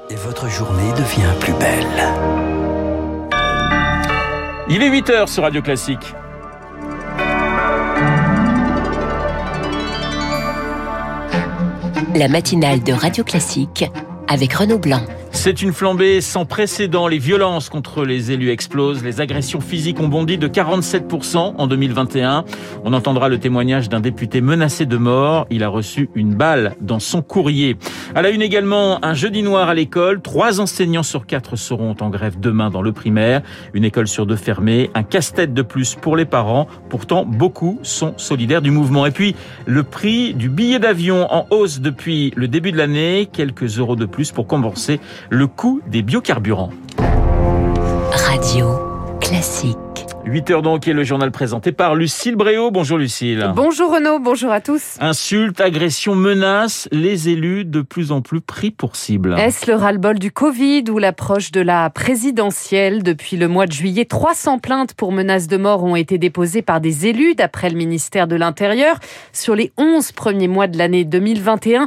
Et votre journée devient plus belle. Il est 8h sur Radio Classique. La matinale de Radio Classique avec Renaud Blanc. C'est une flambée sans précédent. Les violences contre les élus explosent. Les agressions physiques ont bondi de 47% en 2021. On entendra le témoignage d'un député menacé de mort. Il a reçu une balle dans son courrier. À la une également, un jeudi noir à l'école. 3 enseignants sur 4 seront en grève demain dans le primaire. Une école sur 2 fermée. Un casse-tête de plus pour les parents. Pourtant, beaucoup sont solidaires du mouvement. Et puis, le prix du billet d'avion en hausse depuis le début de l'année. Quelques euros de plus pour compenser le coût des biocarburants. Radio Classique. 8h donc, et le journal présenté par Lucille Bréau. Bonjour Lucille. Bonjour Renaud, bonjour à tous. Insultes, agressions, menaces, les élus de plus en plus pris pour cible. Est-ce le ras-le-bol du Covid ou l'approche de la présidentielle ? Depuis le mois de juillet, 300 plaintes pour menaces de mort ont été déposées par des élus, d'après le ministère de l'Intérieur. Sur les 11 premiers mois de l'année 2021,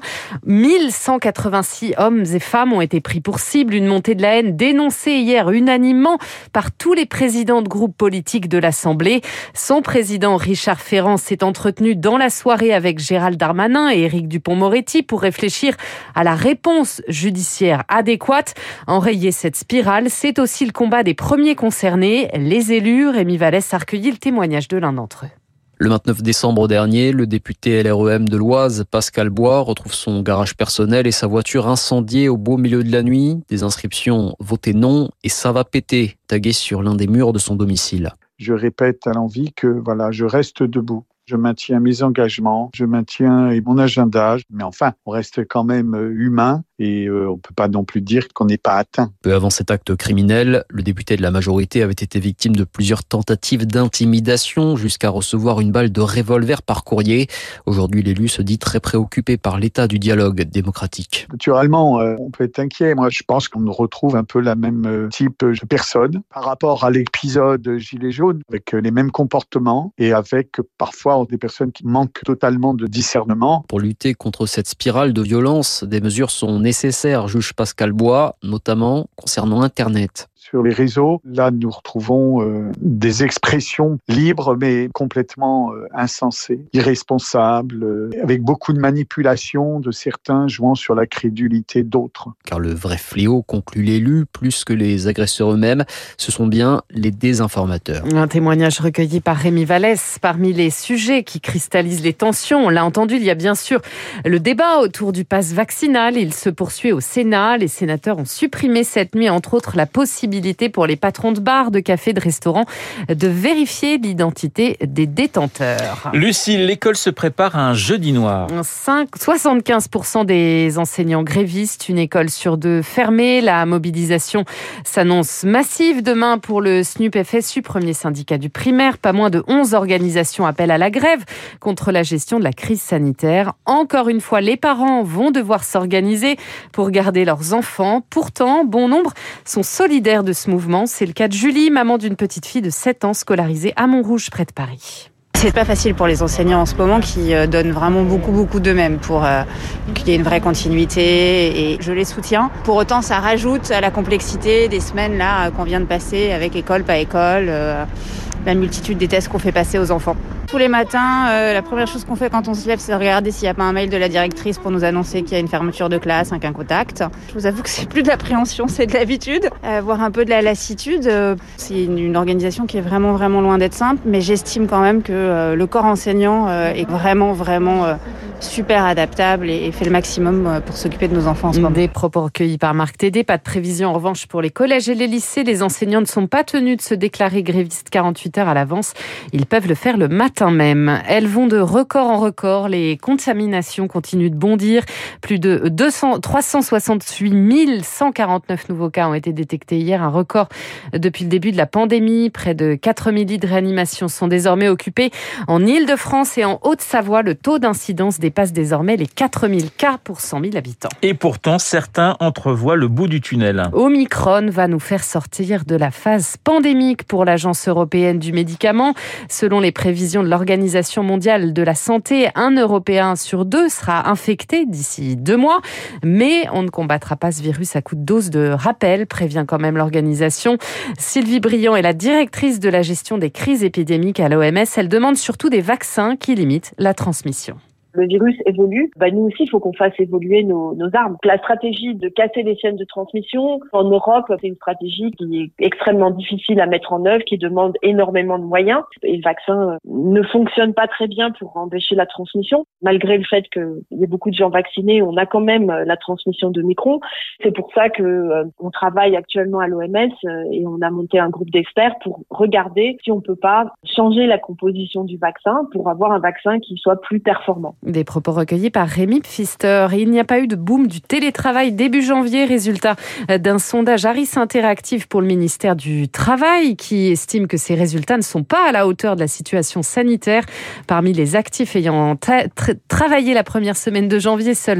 1186 hommes et femmes ont été pris pour cible. Une montée de la haine dénoncée hier unanimement par tous les présidents de groupes politiques de l'Assemblée. Son président Richard Ferrand s'est entretenu dans la soirée avec Gérald Darmanin et Éric Dupond-Moretti pour réfléchir à la réponse judiciaire adéquate. Enrayer cette spirale, c'est aussi le combat des premiers concernés, les élus. Rémi Vallès a recueilli le témoignage de l'un d'entre eux. Le 29 décembre dernier, le député LREM de l'Oise, Pascal Bois, retrouve son garage personnel et sa voiture incendiée au beau milieu de la nuit. Des inscriptions « Votez non » et « Ça va péter » taguées sur l'un des murs de son domicile. Je répète à l'envi que je reste debout. Je maintiens mes engagements, je maintiens mon agenda, mais enfin, on reste quand même humain et on ne peut pas non plus dire qu'on n'est pas atteint. Peu avant cet acte criminel, le député de la majorité avait été victime de plusieurs tentatives d'intimidation jusqu'à recevoir une balle de revolver par courrier. Aujourd'hui, l'élu se dit très préoccupé par l'état du dialogue démocratique. Naturellement, on peut être inquiet. Moi, je pense qu'on retrouve un peu la même type de personne par rapport à l'épisode Gilets jaunes, avec les mêmes comportements et avec parfois des personnes qui manquent totalement de discernement. Pour lutter contre cette spirale de violence, des mesures sont nécessaires, juge Pascal Bois, notamment concernant Internet. Sur les réseaux, là, nous retrouvons des expressions libres, mais complètement insensées, irresponsables, avec beaucoup de manipulation de certains jouant sur la crédulité d'autres. Car le vrai fléau, conclut l'élu, plus que les agresseurs eux-mêmes, ce sont bien les désinformateurs. Un témoignage recueilli par Rémi Vallès. Parmi les sujets qui cristallisent les tensions, on l'a entendu, il y a bien sûr le débat autour du pass vaccinal. Il se poursuit au Sénat. Les sénateurs ont supprimé cette nuit, entre autres, la possibilité pour les patrons de bars, de cafés, de restaurants de vérifier l'identité des détenteurs. Lucille, l'école se prépare à un jeudi noir. 75% des enseignants grévistes, une école sur 2 fermée. La mobilisation s'annonce massive demain pour le SNUP-FSU, premier syndicat du primaire. Pas moins de 11 organisations appellent à la grève contre la gestion de la crise sanitaire. Encore une fois, les parents vont devoir s'organiser pour garder leurs enfants. Pourtant, bon nombre sont solidaires de ce mouvement. C'est le cas de Julie, maman d'une petite fille de 7 ans scolarisée à Montrouge, près de Paris. C'est pas facile pour les enseignants en ce moment qui donnent vraiment beaucoup d'eux-mêmes pour qu'il y ait une vraie continuité et je les soutiens. Pour autant, ça rajoute à la complexité des semaines là qu'on vient de passer avec école, pas école, la multitude des tests qu'on fait passer aux enfants. Tous les matins, la première chose qu'on fait quand on se lève, c'est de regarder s'il n'y a pas un mail de la directrice pour nous annoncer qu'il y a une fermeture de classe, un cas contact. Je vous avoue que c'est plus de l'appréhension, c'est de l'habitude, voire un peu de la lassitude. C'est une organisation qui est vraiment loin d'être simple, mais j'estime quand même que le corps enseignant est vraiment super adaptable et fait le maximum pour s'occuper de nos enfants en ce moment. Des propos recueillis par Marc Tédé. Pas de prévision en revanche pour les collèges et les lycées. Les enseignants ne sont pas tenus de se déclarer grévistes 48 heures à l'avance. Ils peuvent le faire le matin même. Elles vont de record en record. Les contaminations continuent de bondir. Plus de 368 149 nouveaux cas ont été détectés hier. Un record depuis le début de la pandémie. Près de 4000 lits de réanimation sont désormais occupés. En Île-de-France et en Haute-Savoie, le taux d'incidence dépasse désormais les 4000 cas pour 100 000 habitants. Et pourtant, certains entrevoient le bout du tunnel. Omicron va nous faire sortir de la phase pandémique pour l'Agence européenne du médicament. Selon les prévisions prévisions de l'Organisation mondiale de la santé, un Européen sur 2 sera infecté d'ici 2 mois. Mais on ne combattra pas ce virus à coups de doses de rappel, prévient quand même l'organisation. Sylvie Briand est la directrice de la gestion des crises épidémiques à l'OMS. Elle demande surtout des vaccins qui limitent la transmission. Le virus évolue, nous aussi, il faut qu'on fasse évoluer nos armes. La stratégie de casser les chaînes de transmission, en Europe, c'est une stratégie qui est extrêmement difficile à mettre en œuvre, qui demande énormément de moyens. Et le vaccin ne fonctionne pas très bien pour empêcher la transmission. Malgré le fait qu'il y ait beaucoup de gens vaccinés, on a quand même la transmission de Omicron. C'est pour ça que on travaille actuellement à l'OMS et on a monté un groupe d'experts pour regarder si on peut pas changer la composition du vaccin pour avoir un vaccin qui soit plus performant. Des propos recueillis par Rémi Pfister. Il n'y a pas eu de boom du télétravail début janvier, résultat d'un sondage Harris Interactive pour le ministère du Travail qui estime que ces résultats ne sont pas à la hauteur de la situation sanitaire. Parmi les actifs ayant travaillé la première semaine de janvier, seuls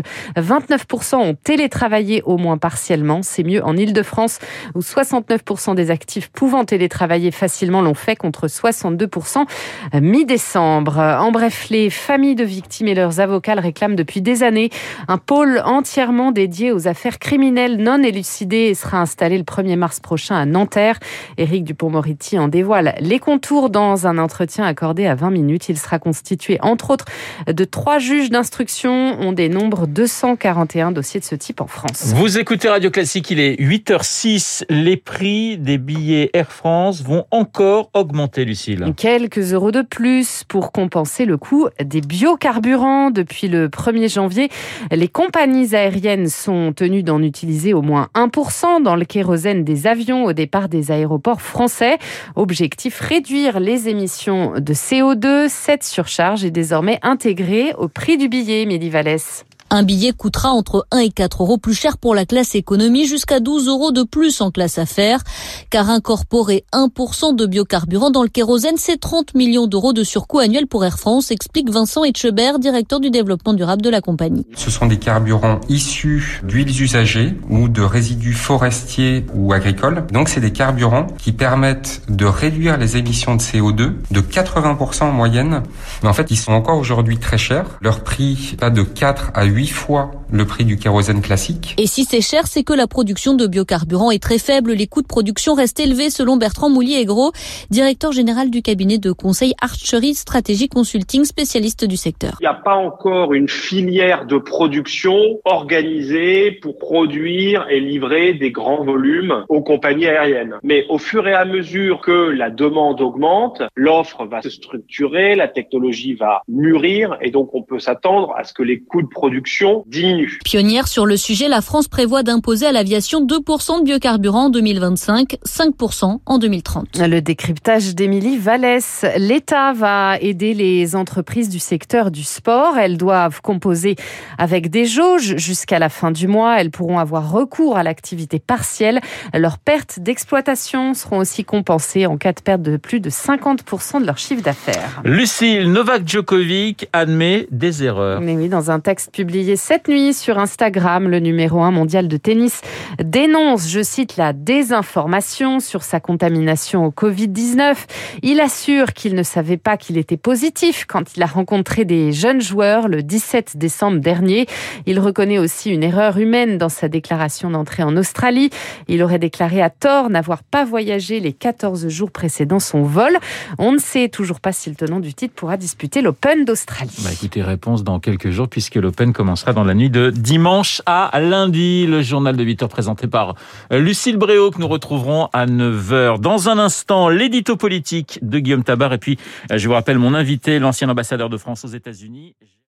29% ont télétravaillé au moins partiellement. C'est mieux en Île-de-France où 69% des actifs pouvant télétravailler facilement l'ont fait contre 62% mi-décembre. En bref, les familles de victimes et leurs avocats le réclament depuis des années. Un pôle entièrement dédié aux affaires criminelles non élucidées sera installé le 1er mars prochain à Nanterre. Éric Dupond-Moretti en dévoile les contours dans un entretien accordé à 20 minutes. Il sera constitué, entre autres, de 3 juges d'instruction. On dénombre 241 dossiers de ce type en France. Vous écoutez Radio Classique, il est 8h06. Les prix des billets Air France vont encore augmenter, Lucille. Quelques euros de plus pour compenser le coût des biocarburants. Depuis le 1er janvier, les compagnies aériennes sont tenues d'en utiliser au moins 1% dans le kérosène des avions au départ des aéroports français. Objectif, réduire les émissions de CO2. Cette surcharge est désormais intégrée au prix du billet, Mélie Vallès. Un billet coûtera entre 1 et 4 euros plus cher pour la classe économie, jusqu'à 12 euros de plus en classe affaires. Car incorporer 1% de biocarburant dans le kérosène, c'est 30 millions d'euros de surcoût annuel pour Air France, explique Vincent Etchebert, directeur du développement durable de la compagnie. Ce sont des carburants issus d'huiles usagées ou de résidus forestiers ou agricoles. Donc c'est des carburants qui permettent de réduire les émissions de CO2 de 80% en moyenne. Mais en fait, ils sont encore aujourd'hui très chers. Leur prix va de 4 à 8 fois le prix du kérosène classique. Et si c'est cher, c'est que la production de biocarburant est très faible. Les coûts de production restent élevés selon Bertrand Moulier-Aigros, directeur général du cabinet de conseil Archery Strategy Consulting, spécialiste du secteur. Il n'y a pas encore une filière de production organisée pour produire et livrer des grands volumes aux compagnies aériennes. Mais au fur et à mesure que la demande augmente, l'offre va se structurer, la technologie va mûrir et donc on peut s'attendre à ce que les coûts de production diminuent. Pionnière sur le sujet, la France prévoit d'imposer à l'aviation 2% de biocarburant en 2025, 5% en 2030. Le décryptage d'Émilie Vallès. L'État va aider les entreprises du secteur du sport. Elles doivent composer avec des jauges jusqu'à la fin du mois. Elles pourront avoir recours à l'activité partielle. Leurs pertes d'exploitation seront aussi compensées en cas de perte de plus de 50% de leur chiffre d'affaires. Lucille, Novak Djokovic admet des erreurs. Mais oui, dans un texte publié cette nuit sur Instagram, le numéro 1 mondial de tennis dénonce, je cite, la désinformation sur sa contamination au Covid-19. Il assure qu'il ne savait pas qu'il était positif quand il a rencontré des jeunes joueurs le 17 décembre dernier. Il reconnaît aussi une erreur humaine dans sa déclaration d'entrée en Australie. Il aurait déclaré à tort n'avoir pas voyagé les 14 jours précédant son vol. On ne sait toujours pas si le tenant du titre pourra disputer l'Open d'Australie. Écoutez, réponse dans quelques jours puisque l'Open commencera dans la nuit de dimanche à lundi. Le journal de 8h présenté par Lucille Bréau que nous retrouverons à 9h. Dans un instant, l'édito politique de Guillaume Tabar et puis je vous rappelle mon invité, l'ancien ambassadeur de France aux États-Unis.